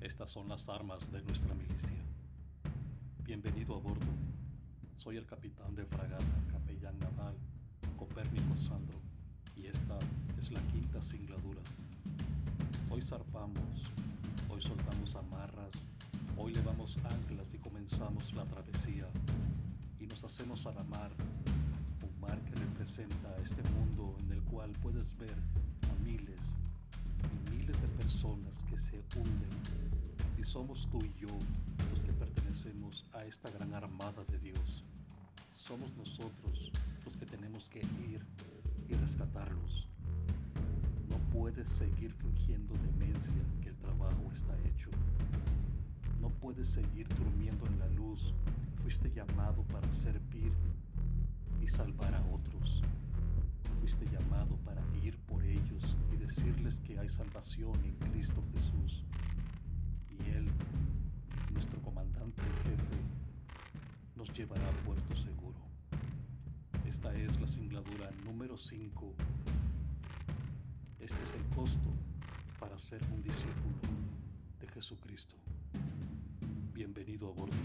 Estas son las armas de nuestra milicia. Bienvenido a bordo. Soy el capitán de fragata, capellán naval, Copérnico Sandro, y esta es la quinta singladura. Hoy zarpamos, hoy soltamos amarras, hoy levamos anclas y comenzamos la travesía. Y nos hacemos a la mar, un mar que representa este mundo en el cual puedes ver a miles y miles de personas que se hunden. Y somos tú y yo los que pertenecemos a esta gran armada de Dios. Somos nosotros los que tenemos que ir y rescatarlos. No puedes seguir fingiendo demencia que el trabajo está hecho. No puedes seguir durmiendo en la luz. Fuiste llamado para servir y salvar a otros. Fuiste llamado para ir por ellos y decirles que hay salvación en Cristo Jesús. Y Él, nuestro comandante en jefe, nos llevará a puerto seguro. Esta es la singladura número 5. Este es el costo para ser un discípulo de Jesucristo. Bienvenido a bordo.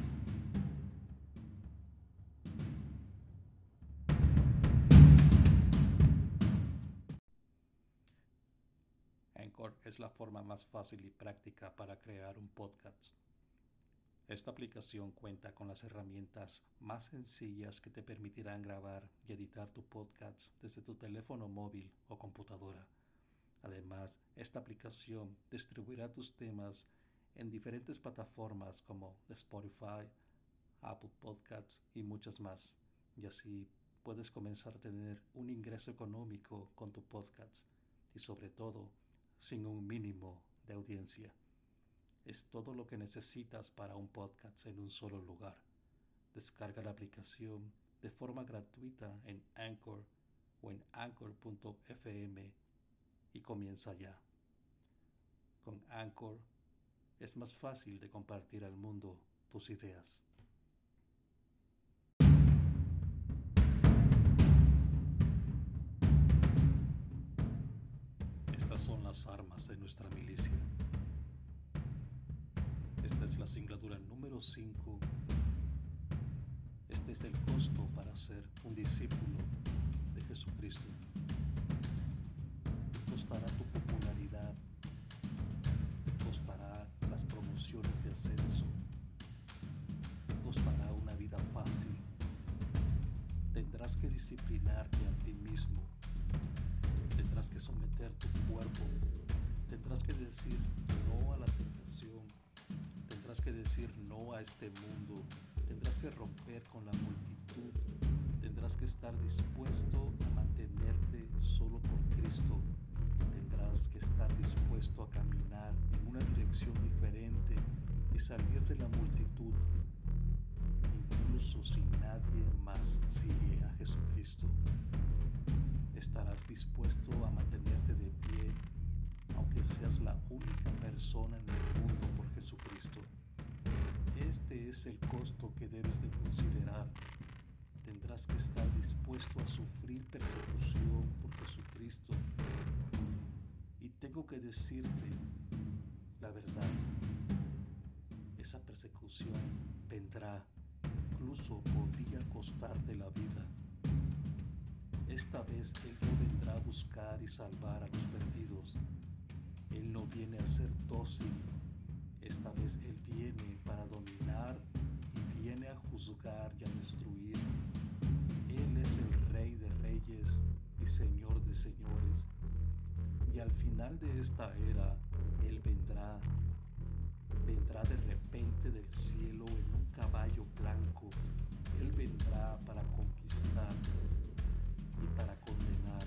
Anchor es la forma más fácil y práctica para crear un podcast. Esta aplicación cuenta con las herramientas más sencillas que te permitirán grabar y editar tu podcast desde tu teléfono móvil o computadora. Además, esta aplicación distribuirá tus temas en diferentes plataformas como Spotify, Apple Podcasts y muchas más. Y así puedes comenzar a tener un ingreso económico con tu podcast y sobre todo sin un mínimo de audiencia. Es todo lo que necesitas para un podcast en un solo lugar. Descarga la aplicación de forma gratuita en Anchor o en anchor.fm y comienza ya. Con Anchor es más fácil de compartir al mundo tus ideas. Estas son las armas de nuestra milicia. Esta es la singladura número 5. Este es el costo para ser un discípulo de Jesucristo. Te costará tu popularidad, te costará las promociones de ascenso, te costará una vida fácil. Tendrás que disciplinarte a ti mismo, tendrás que someter tu cuerpo, tendrás que decir no a la tentación. Tendrás que decir no a este mundo, tendrás que romper con la multitud, tendrás que estar dispuesto a mantenerte solo por Cristo, tendrás que estar dispuesto a caminar en una dirección diferente y salir de la multitud, incluso si nadie más sigue a Jesucristo. Estarás dispuesto a mantenerte de pie, aunque seas la única persona en el mundo por Jesucristo. Este es el costo que debes de considerar. Tendrás que estar dispuesto a sufrir persecución por Jesucristo. Y tengo que decirte la verdad. Esa persecución vendrá, incluso podría costarte la vida. Esta vez Él no vendrá a buscar y salvar a los perdidos. Él no viene a ser dócil. Esta vez Él viene para dominar y viene a juzgar y a destruir. Él es el Rey de Reyes y Señor de Señores. Y al final de esta era, Él vendrá de repente del cielo en un caballo blanco. Él vendrá para conquistar y para condenar.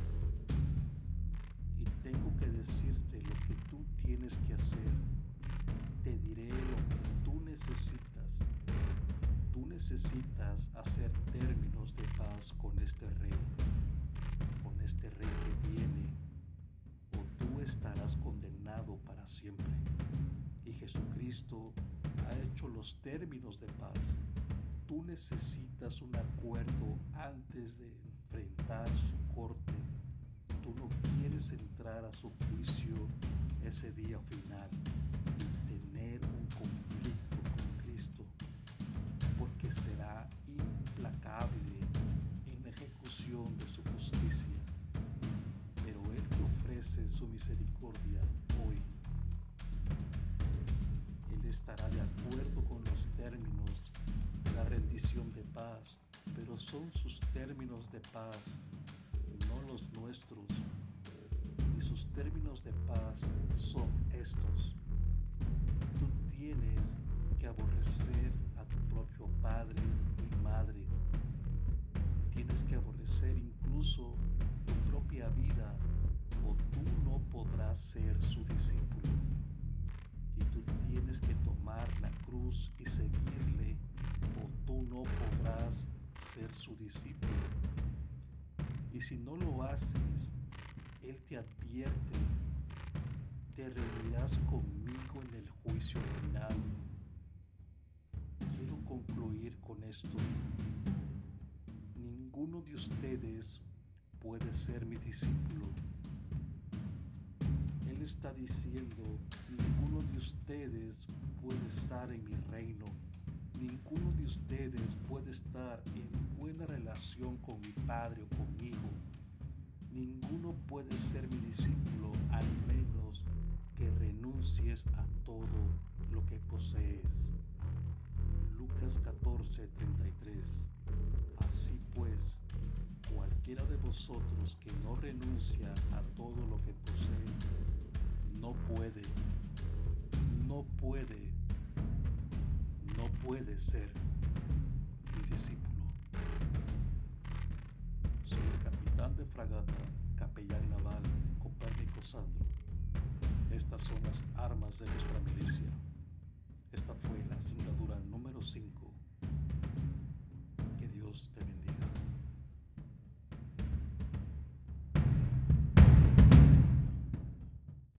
Y tengo que decirte lo que tú tienes que hacer. Te diré lo que tú necesitas. Tú necesitas hacer términos de paz con este rey que viene, o tú estarás condenado para siempre. Y Jesucristo ha hecho los términos de paz. Tú necesitas un acuerdo antes de enfrentar su corte. Tú no quieres entrar a su juicio ese día final y tener tener un conflicto con Cristo, porque será implacable en la ejecución de su justicia. Pero Él te ofrece su misericordia hoy. Él estará de acuerdo con los términos de la rendición de paz, pero son sus términos de paz, no los nuestros. Y sus términos de paz son estos: tú tienes que aborrecer a tu propio padre y madre. Tienes que aborrecer incluso tu propia vida, o tú no podrás ser su discípulo. Y tú tienes que tomar la cruz y seguirle, o tú no podrás ser su discípulo. Y si no lo haces, Él te advierte: te reunirás conmigo en el juicio final. Quiero concluir con esto. Ninguno de ustedes puede ser mi discípulo. Él está diciendo: ninguno de ustedes puede estar en mi reino. Ninguno de ustedes puede estar en buena relación con mi Padre o conmigo. Ninguno puede ser mi discípulo al menos que renuncies a todo lo que posees. Lucas 14:33. Así pues, cualquiera de vosotros que no renuncia a todo lo que posee, no puede ser mi discípulo. Soy el capitán de fragata, capellán naval Copérnico Sandro. Estas son las armas de nuestra milicia. Esta fue la singladura número